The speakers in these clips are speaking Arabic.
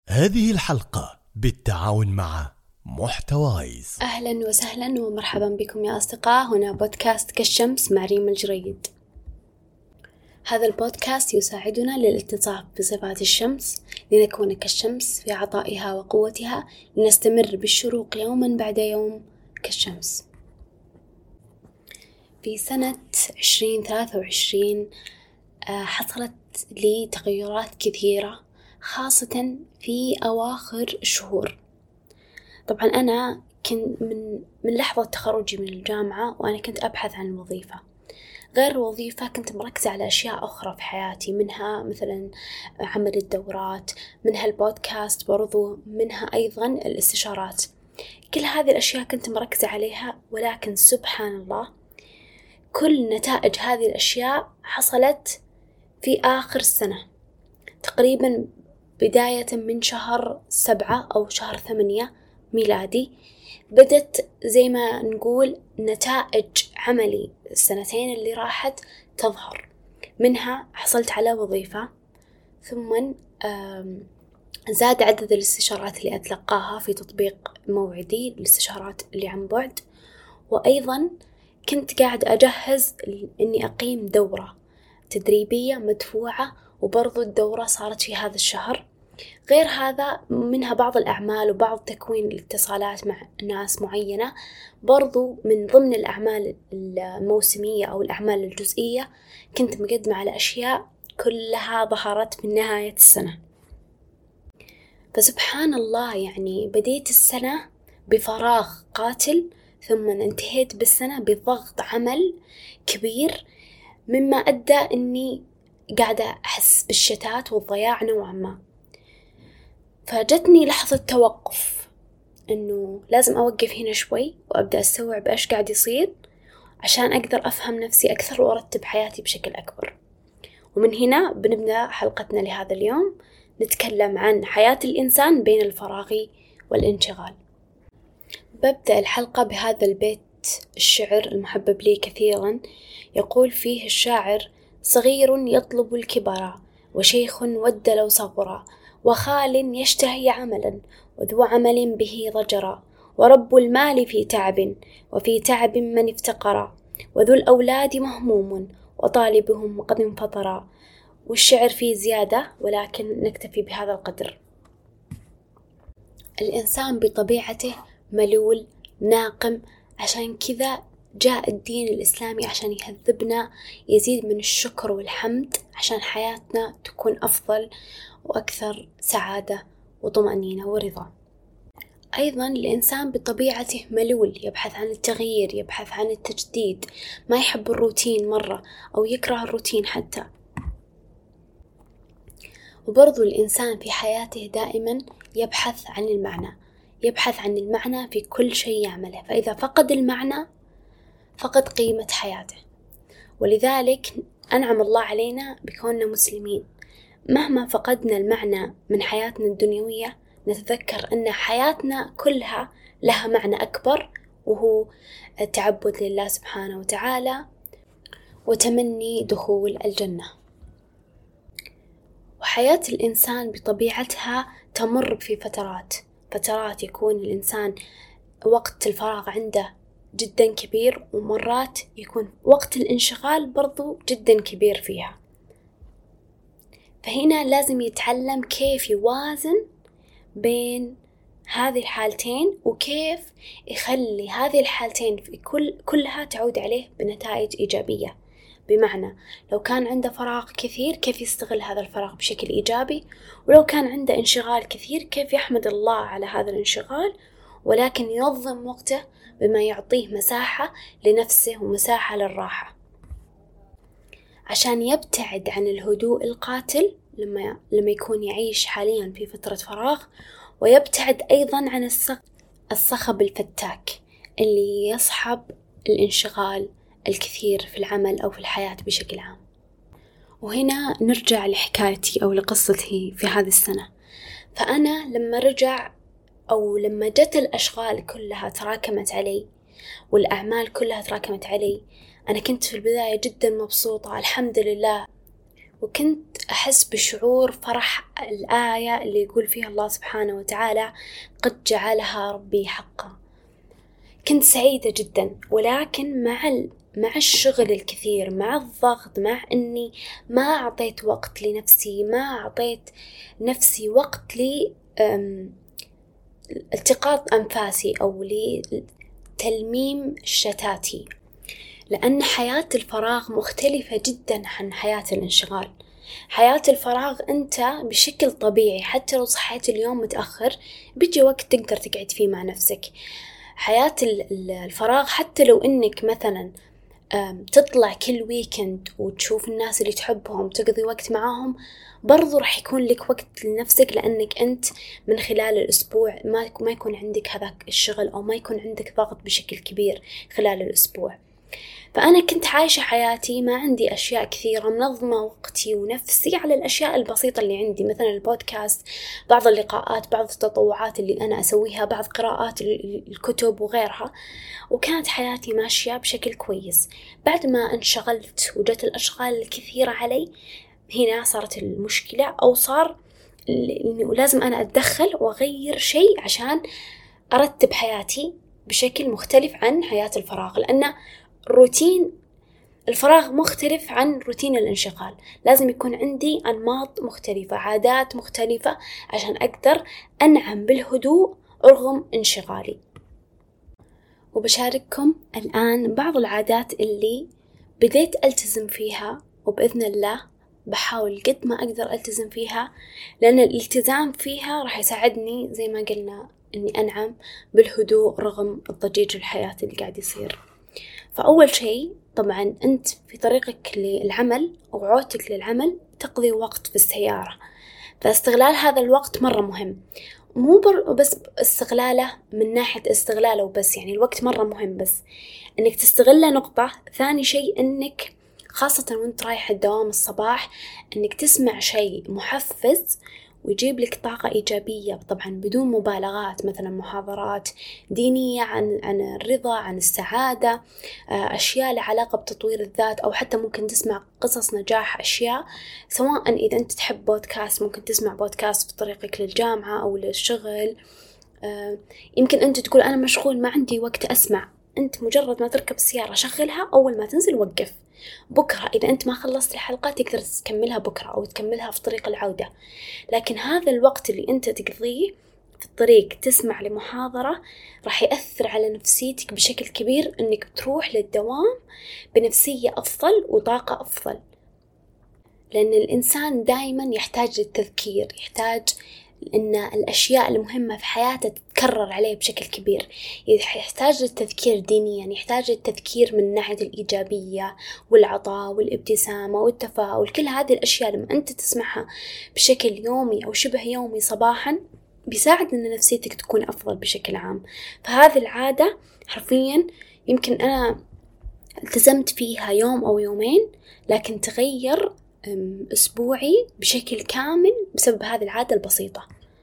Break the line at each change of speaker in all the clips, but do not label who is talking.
هذه الحلقة بالتعاون مع محتوايز.
أهلا وسهلا ومرحبا بكم يا أصدقاء. هنا بودكاست كالشمس مع ريم الجريد. هذا البودكاست يساعدنا للالتصاق بصفات الشمس لنكون كالشمس في عطائها وقوتها، لنستمر بالشروق يوما بعد يوم كالشمس. في سنة 2023 حصلت لي تغيرات كثيرة، خاصة في أواخر الشهور. طبعا أنا كنت من لحظة تخرجي من الجامعة وأنا كنت أبحث عن وظيفة. غير الوظيفة كنت مركزة على أشياء أخرى في حياتي، منها مثلا عمل الدورات، منها البودكاست برضو، منها أيضا الاستشارات. كل هذه الأشياء كنت مركزة عليها، ولكن سبحان الله كل نتائج هذه الأشياء حصلت في آخر السنة، تقريبا بداية من شهر 7 أو شهر 8 ميلادي. بدت زي ما نقول نتائج عملي السنتين اللي راحت تظهر. منها حصلت على وظيفة، ثم زاد عدد الاستشارات اللي أتلقاها في تطبيق موعدي الاستشارات اللي عن بعد، وأيضا كنت قاعد أجهز إني أقيم دورة تدريبية مدفوعة، وبرضو الدورة صارت في هذا الشهر. غير هذا منها بعض الأعمال وبعض تكوين الاتصالات مع ناس معينة، برضو من ضمن الأعمال الموسمية أو الأعمال الجزئية كنت مقدمة على أشياء كلها ظهرت من نهاية السنة. فسبحان الله، يعني بديت السنة بفراغ قاتل، ثم انتهيت بالسنة بضغط عمل كبير، مما أدى أني قاعدة أحس بالشتات والضياع نوعا ما. فجتني لحظة توقف، أنه لازم أوقف هنا شوي وأبدأ أستوعب إيش قاعد يصير عشان أقدر أفهم نفسي أكثر وأرتب حياتي بشكل أكبر. ومن هنا بنبدأ حلقتنا لهذا اليوم، نتكلم عن حياة الإنسان بين الفراغ والانشغال. ببدأ الحلقة بهذا البيت الشعر المحبب لي كثيرا، يقول فيه الشاعر: صغير يطلب الكبر، وشيخ ود لو صغر، وخال يشتهي عملا، وذو عمل به ضجر، ورب المال في تعب، وفي تعب من افتقر، وذو الأولاد مهموم، وطالبهم قد انفطر. والشعر فيه زيادة، ولكن نكتفي بهذا القدر. الإنسان بطبيعته ملول ناقم، عشان كذا جاء الدين الإسلامي عشان يهذبنا، يزيد من الشكر والحمد عشان حياتنا تكون أفضل وأكثر سعادة وطمأنينة ورضا. أيضا الإنسان بطبيعته ملول، يبحث عن التغيير، يبحث عن التجديد، ما يحب الروتين مرة أو يكره الروتين حتى. وبرضو الإنسان في حياته دائما يبحث عن المعنى، يبحث عن المعنى في كل شيء يعمله، فإذا فقد المعنى فقد قيمة حياته. ولذلك أنعم الله علينا بكوننا مسلمين، مهما فقدنا المعنى من حياتنا الدنيوية نتذكر أن حياتنا كلها لها معنى أكبر، وهو التعبد لله سبحانه وتعالى وتمني دخول الجنة. وحياة الإنسان بطبيعتها تمر في فترات يكون الإنسان وقت الفراغ عنده جدا كبير، ومرات يكون وقت الانشغال برضو جدا كبير فيها. فهنا لازم يتعلم كيف يوازن بين هذه الحالتين، وكيف يخلي هذه الحالتين في كلها تعود عليه بنتائج إيجابية. بمعنى لو كان عنده فراغ كثير كيف يستغل هذا الفراغ بشكل إيجابي، ولو كان عنده انشغال كثير كيف يحمد الله على هذا الانشغال، ولكن ينظم وقته بما يعطيه مساحة لنفسه ومساحة للراحة، عشان يبتعد عن الهدوء القاتل لما يكون يعيش حاليا في فترة فراغ، ويبتعد أيضا عن الصخب الفتاك اللي يصحب الانشغال الكثير في العمل أو في الحياة بشكل عام. وهنا نرجع لحكايتي أو لقصتي في هذه السنة. فأنا لما جت الأشغال كلها تراكمت علي والأعمال كلها تراكمت علي، أنا كنت في البداية جدا مبسوطة الحمد لله، وكنت أحس بشعور فرح الآية اللي يقول فيها الله سبحانه وتعالى قد جعلها ربي حقا. كنت سعيدة جدا، ولكن مع الشغل الكثير، مع الضغط، مع أني ما أعطيت وقت لنفسي، ما أعطيت نفسي وقت التقاط أنفاسي أو لتلميم شتاتي، لأن حياة الفراغ مختلفة جدا عن حياة الانشغال. حياة الفراغ أنت بشكل طبيعي حتى لو صحيت اليوم متأخر بيجي وقت تقدر تقعد فيه مع نفسك. حياة الفراغ حتى لو أنك مثلا تطلع كل ويكند وتشوف الناس اللي تحبهم تقضي وقت معاهم، برضو رح يكون لك وقت لنفسك، لأنك أنت من خلال الأسبوع ما يكون عندك هذاك الشغل أو ما يكون عندك ضغط بشكل كبير خلال الأسبوع. فأنا كنت عايشة حياتي ما عندي أشياء كثيرة، منظمة وقتي ونفسي على الأشياء البسيطة اللي عندي، مثلا البودكاست، بعض اللقاءات، بعض التطوعات اللي أنا أسويها، بعض قراءات الكتب وغيرها، وكانت حياتي ماشية بشكل كويس. بعد ما انشغلت وجت الأشغال الكثيرة علي، هنا صارت المشكلة، أو صار إنه لازم أنا أتدخل وأغير شيء عشان أرتب حياتي بشكل مختلف عن حياة الفراغ، لأن روتين الفراغ مختلف عن روتين الانشغال. لازم يكون عندي أنماط مختلفة، عادات مختلفة، عشان أقدر أنعم بالهدوء رغم انشغالي. وبشارككم الآن بعض العادات اللي بديت ألتزم فيها، وبإذن الله بحاول قد ما أقدر ألتزم فيها، لأن الالتزام فيها راح يساعدني زي ما قلنا أني أنعم بالهدوء رغم الضجيج الحياة اللي قاعد يصير. فأول شيء طبعا أنت في طريقك للعمل أو عودتك للعمل تقضي وقت في السيارة، فاستغلال هذا الوقت مرة مهم، مو بس استغلاله من ناحية استغلاله وبس، يعني الوقت مرة مهم، بس أنك تستغله نقطة. ثاني شيء أنك خاصة وانت رايح الدوام الصباح أنك تسمع شيء محفز ويجيب لك طاقة إيجابية، طبعا بدون مبالغات، مثلا محاضرات دينية عن الرضا، عن السعادة، أشياء لها علاقة بتطوير الذات، أو حتى ممكن تسمع قصص نجاح، أشياء سواء إذا أنت تحب بودكاست ممكن تسمع بودكاست في طريقك للجامعة أو للشغل. يمكن أنت تقول أنا مشغول ما عندي وقت أسمع، أنت مجرد ما تركب السيارة شغلها، أول ما تنزل وقف. بكرة إذا أنت ما خلصت الحلقة تقدر تكملها بكرة أو تكملها في طريق العودة. لكن هذا الوقت اللي أنت تقضيه في الطريق تسمع لمحاضرة راح يأثر على نفسيتك بشكل كبير، أنك تروح للدوام بنفسية أفضل وطاقة أفضل. لأن الإنسان دائما يحتاج للتذكير، يحتاج أن الأشياء المهمة في حياته تتكرر عليه بشكل كبير، يحتاج للتذكير دينيا، يحتاج للتذكير من ناحية الإيجابية والعطاء والابتسامة والتفاؤل. كل هذه الأشياء لما أنت تسمعها بشكل يومي أو شبه يومي صباحا بيساعد أن نفسيتك تكون أفضل بشكل عام. فهذه العادة حرفيا يمكن أنا التزمت فيها يوم أو يومين، لكن تغير أسبوعي بشكل كامل بسبب هذه العادة البسيطة.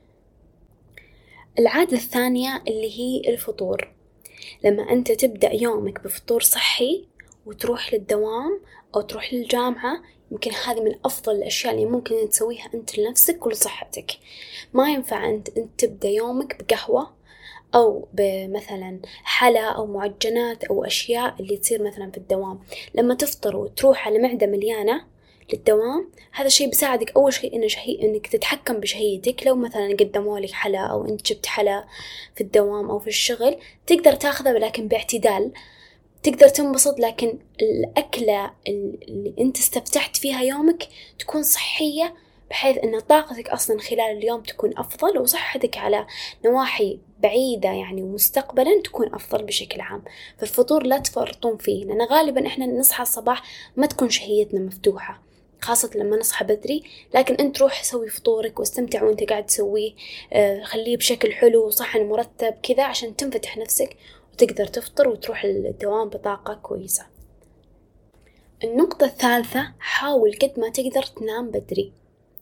العادة الثانية اللي هي الفطور. لما أنت تبدأ يومك بفطور صحي وتروح للدوام أو تروح للجامعة، يمكن هذه من أفضل الأشياء اللي ممكن تسويها أنت لنفسك ولصحتك. ما ينفع أنت تبدأ يومك بقهوة أو بمثلا حلا أو معجنات أو أشياء اللي تصير مثلا في الدوام. لما تفطر وتروح على معدة مليانة للدوام، هذا الشيء بيساعدك أول شيء إنك تتحكم بشهيتك. لو مثلا قدموا لك حلا أو أنت جبت حلا في الدوام أو في الشغل تقدر تاخذه لكن باعتدال، تقدر تنبسط، لكن الأكلة اللي أنت استفتحت فيها يومك تكون صحية، بحيث أن طاقتك أصلا خلال اليوم تكون أفضل، وصحتك على نواحي بعيدة يعني ومستقبلا تكون أفضل بشكل عام. فالفطور لا تفرطون فيه، لأن غالبا إحنا نصحى الصباح ما تكون شهيتنا مفتوحة، خاصة لما نصحى بدري. لكن أنت روح سوي فطورك واستمتع وأنت قاعد تسويه، خليه بشكل حلو وصحن مرتب كذا عشان تنفتح نفسك وتقدر تفطر وتروح الدوام بطاقة كويسة. النقطة الثالثة، حاول قد ما تقدر تنام بدري.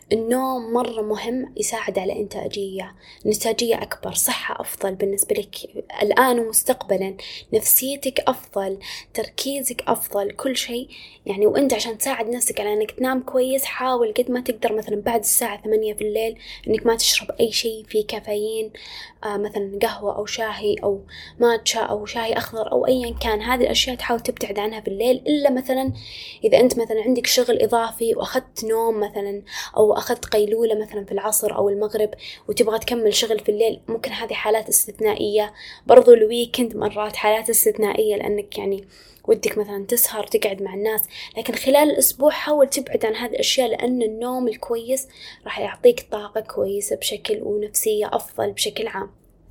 النوم مرة مهم، يساعد على إنتاجية أكبر، صحة أفضل بالنسبة لك الآن ومستقبلا، نفسيتك أفضل، تركيزك أفضل، كل شيء يعني. وأنت عشان تساعد نفسك على أنك تنام كويس، حاول قد ما تقدر مثلا بعد الساعة 8 في الليل أنك ما تشرب أي شيء فيه كافيين، مثلا قهوة أو شاهي أو ماتشا أو شاي أخضر أو أيا كان. هذه الأشياء تحاول تبتعد عنها بالليل، إلا مثلا إذا أنت مثلا عندك شغل إضافي وأخذت نوم مثلا، أو أخذت قيلولة مثلا في العصر أو المغرب وتبغى تكمل شغل في الليل، ممكن هذه حالات استثنائية. برضو الويكند مرات حالات استثنائية، لأنك يعني ودك مثلا تسهر تقعد مع الناس، لكن خلال الأسبوع حاول تبعد عن هذه الأشياء، لأن النوم الكويس راح يعطيك طاقة كويسة بشكل ونفسية أفضل بشكل عام.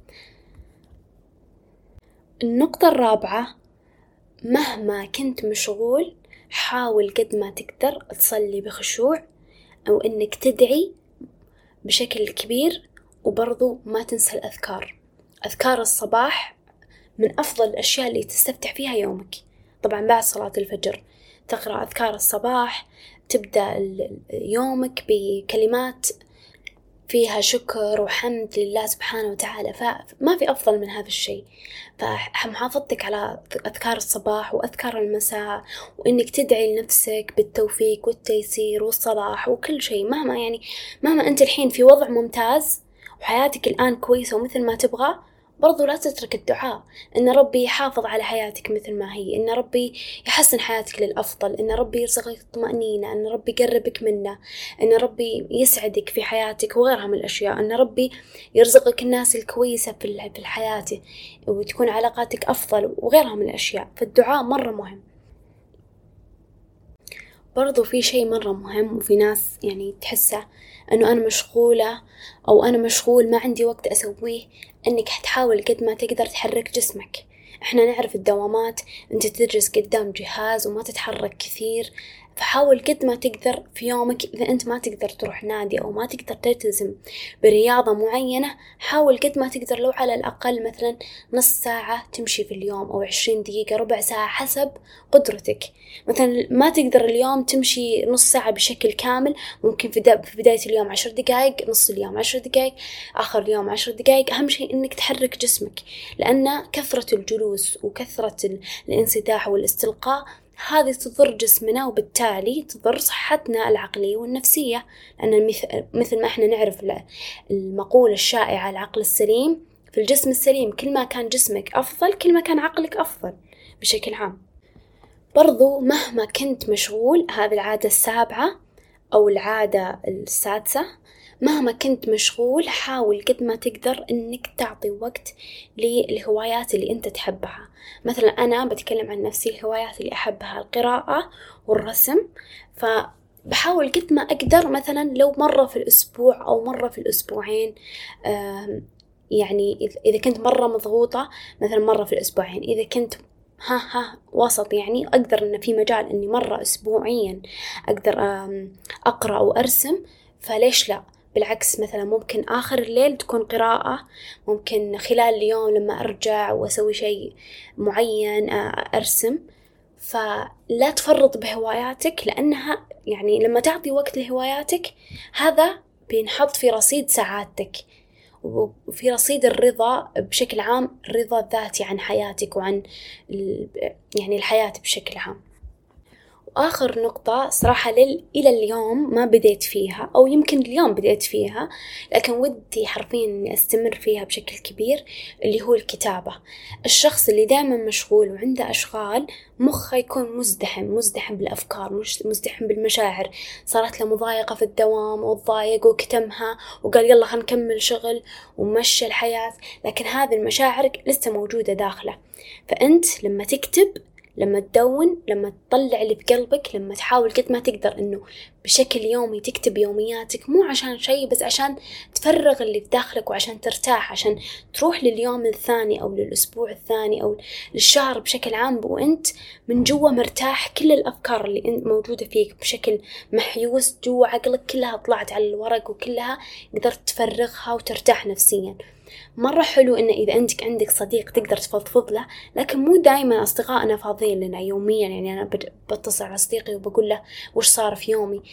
النقطة الرابعة، مهما كنت مشغول حاول قد ما تقدر تصلي بخشوع، أو إنك تدعي بشكل كبير. وبرضو ما تنسى الأذكار. أذكار الصباح من أفضل الأشياء اللي تستفتح فيها يومك. طبعا بعد صلاة الفجر تقرأ أذكار الصباح، تبدأ يومك بكلمات فيها شكر وحمد لله سبحانه وتعالى، فما في أفضل من هذا الشيء. فمحافظتك على أذكار الصباح وأذكار المساء، وإنك تدعي لنفسك بالتوفيق والتيسير والصلاح وكل شيء. مهما أنت الحين في وضع ممتاز وحياتك الآن كويسة ومثل ما تبغى، برضو لا تترك الدعاء إن ربي يحافظ على حياتك مثل ما هي، إن ربي يحسن حياتك للأفضل، إن ربي يرزقك الطمأنينة، إن ربي يقربك منه، إن ربي يسعدك في حياتك وغيرها من الأشياء، إن ربي يرزقك الناس الكويسة في الحياة وتكون علاقاتك أفضل وغيرها من الأشياء. فالدعاء مرة مهم. برضو في شيء مرة مهم، وفي ناس يعني تحسه أنه أنا مشغولة أو أنا مشغول ما عندي وقت أسويه، أنك تحاول قد ما تقدر تحرك جسمك. إحنا نعرف الدوامات أنت تجلس قدام جهاز وما تتحرك كثير، فحاول قد ما تقدر في يومك، إذا أنت ما تقدر تروح نادي أو ما تقدر تلتزم برياضة معينة، حاول قد ما تقدر لو على الأقل مثلا نص ساعة تمشي في اليوم، أو 20 دقيقة، ربع ساعة، حسب قدرتك. مثلا ما تقدر اليوم تمشي نص ساعة بشكل كامل، ممكن في بداية اليوم 10 دقائق، نص اليوم 10 دقائق، آخر اليوم 10 دقائق. أهم شيء إنك تحرك جسمك، لأن كثرة الجلوس وكثرة الانسداح والاستلقاء هذه تضر جسمنا، وبالتالي تضر صحتنا العقلية والنفسية. لأن مثل ما احنا نعرف المقولة الشائعة العقل السليم في الجسم السليم، كل ما كان جسمك أفضل كل ما كان عقلك أفضل بشكل عام. برضو مهما كنت مشغول، هذه العادة السابعة أو العادة السادسة، مهما كنت مشغول حاول قد ما تقدر إنك تعطي وقت للهوايات اللي أنت تحبها. مثلا أنا بتكلم عن نفسي، الهوايات اللي أحبها القراءة والرسم، فبحاول قد ما أقدر مثلا لو مرة في الأسبوع أو مرة في الأسبوعين، يعني إذا كنت مرة مضغوطة مثلا مرة في الأسبوعين، إذا كنت وسط يعني أقدر إن في مجال إني مرة أسبوعيا أقدر أقرأ أو أرسم، فليش لا؟ بالعكس، مثلا ممكن آخر الليل تكون قراءة، ممكن خلال اليوم لما أرجع وأسوي شيء معين أرسم. فلا تفرط بهواياتك، لأنها يعني لما تعطي وقت لهواياتك هذا بينحط في رصيد سعادتك وفي رصيد الرضا بشكل عام، الرضا الذاتي عن حياتك وعن يعني الحياة بشكل عام. وآخر نقطة صراحة إلى اليوم ما بديت فيها، أو يمكن اليوم بديت فيها لكن ودي حرفيا إني أستمر فيها بشكل كبير، اللي هو الكتابة. الشخص اللي دائما مشغول وعنده أشغال مخه يكون مزدحم بالأفكار، مزدحم بالمشاعر، صارت له مضايقة في الدوام وتضايق وكتمها وقال يلا خلينا نكمل شغل ومشي الحياة، لكن هذه المشاعر لسه موجودة داخله. فأنت لما تكتب، لما تدون، لما تطلع اللي بقلبك، لما تحاول قد ما تقدر إنه بشكل يومي تكتب يومياتك، مو عشان شيء بس عشان تفرغ اللي في داخلك وعشان ترتاح، عشان تروح لليوم الثاني أو للأسبوع الثاني أو للشهر بشكل عام وأنت من جوا مرتاح. كل الأفكار اللي موجودة فيك بشكل محيوس جوا عقلك كلها طلعت على الورق، وكلها قدرت تفرغها وترتاح نفسيا. مرة حلو إن إذا أنت عندك صديق تقدر تفضفض له، لكن مو دائما أصدقائنا فاضيين لنا يوميا. يعني أنا بتصل على صديقي وبقول له وش صار في يومي،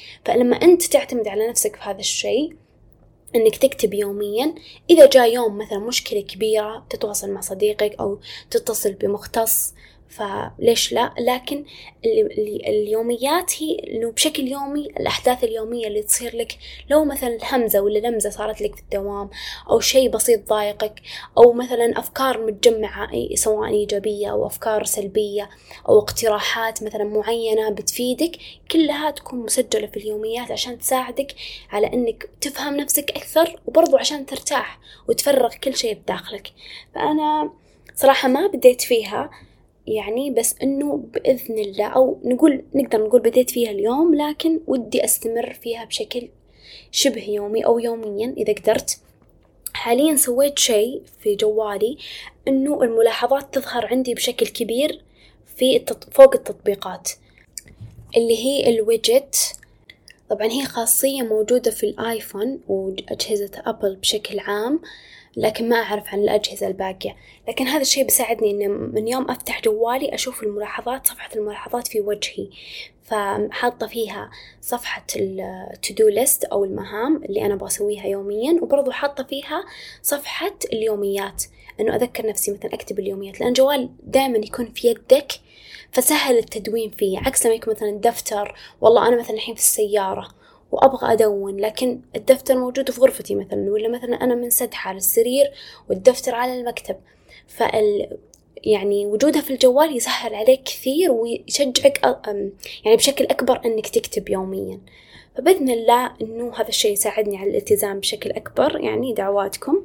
فلما أنت تعتمد على نفسك في هذا الشيء إنك تكتب يوميا، إذا جاء يوم مثلا مشكلة كبيرة تتواصل مع صديقك أو تتصل بمختص، فليش لا؟ لكن اليوميات هي إنه بشكل يومي الأحداث اليومية اللي تصير لك، لو مثلا همزة ولا لمزة صارت لك في الدوام، أو شيء بسيط ضايقك، أو مثلا أفكار متجمعة سواء إيجابية أو أفكار سلبية أو اقتراحات مثلا معينة بتفيدك، كلها تكون مسجلة في اليوميات عشان تساعدك على إنك تفهم نفسك أكثر، وبرضو عشان ترتاح وتفرغ كل شيء بداخلك. فأنا صراحة ما بديت فيها يعني، بس إنه بإذن الله، أو نقدر نقول بديت فيها اليوم، لكن ودي أستمر فيها بشكل شبه يومي أو يوميا إذا قدرت. حاليا سويت شيء في جوالي إنه الملاحظات تظهر عندي بشكل كبير فوق التطبيقات، اللي هي الويدجت. طبعا هي خاصية موجودة في الآيفون وأجهزة أبل بشكل عام، لكن ما أعرف عن الأجهزة الباقية. لكن هذا الشيء بيساعدني إن من يوم أفتح جوالي أشوف الملاحظات، صفحة الملاحظات في وجهي، فحاطة فيها صفحة التودو ليست أو المهام اللي أنا بسويها يوميا، وبرضو حاطة فيها صفحة اليوميات، إنه أذكر نفسي مثلا أكتب اليوميات، لأن جوال دائما يكون في يدك فسهل التدوين فيه، عكس ما يكون مثلا دفتر. والله أنا مثلا الحين في السيارة وأبغى أدون، لكن الدفتر موجود في غرفتي مثلا، ولا مثلا أنا منسدحة على السرير والدفتر على المكتب، يعني وجودها في الجوال يسهل عليك كثير ويشجعك يعني بشكل أكبر أنك تكتب يوميا. فبإذن الله أنه هذا الشيء يساعدني على الالتزام بشكل أكبر، يعني دعواتكم.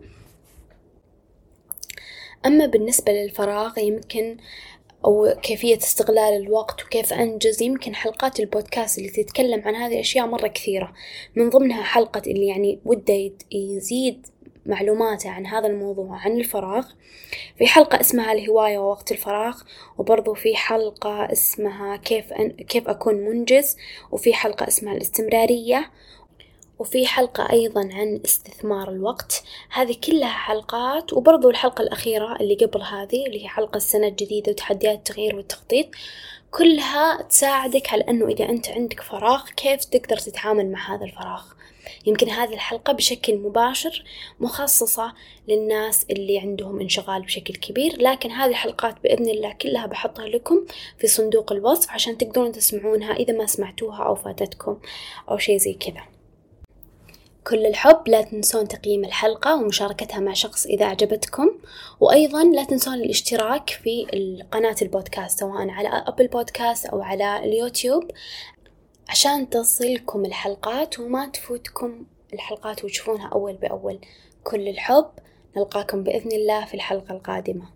أما بالنسبة للفراغ يمكن، أو كيفية استغلال الوقت وكيف أنجز، يمكن حلقات البودكاست اللي تتكلم عن هذه الأشياء مرة كثيرة، من ضمنها حلقة اللي يعني وده يزيد معلوماته عن هذا الموضوع عن الفراغ، في حلقة اسمها الهواية ووقت الفراغ، وبرضو في حلقة اسمها كيف أكون منجز، وفي حلقة اسمها الاستمرارية، وفي حلقة أيضا عن استثمار الوقت. هذه كلها حلقات، وبرضو الحلقة الأخيرة اللي قبل هذه اللي هي حلقة السنة الجديدة وتحديات التغيير والتخطيط، كلها تساعدك على أنه إذا أنت عندك فراغ كيف تقدر تتعامل مع هذا الفراغ. يمكن هذه الحلقة بشكل مباشر مخصصة للناس اللي عندهم انشغال بشكل كبير، لكن هذه الحلقات بإذن الله كلها بحطها لكم في صندوق الوصف عشان تقدرون تسمعونها إذا ما سمعتوها أو فاتتكم أو شيء زي كذا. كل الحب، لا تنسون تقييم الحلقة ومشاركتها مع شخص إذا أعجبتكم، وأيضا لا تنسون الاشتراك في قناة البودكاست سواء على أبل بودكاست أو على اليوتيوب عشان تصلكم الحلقات وما تفوتكم الحلقات وتشوفونها أول بأول. كل الحب، نلقاكم بإذن الله في الحلقة القادمة.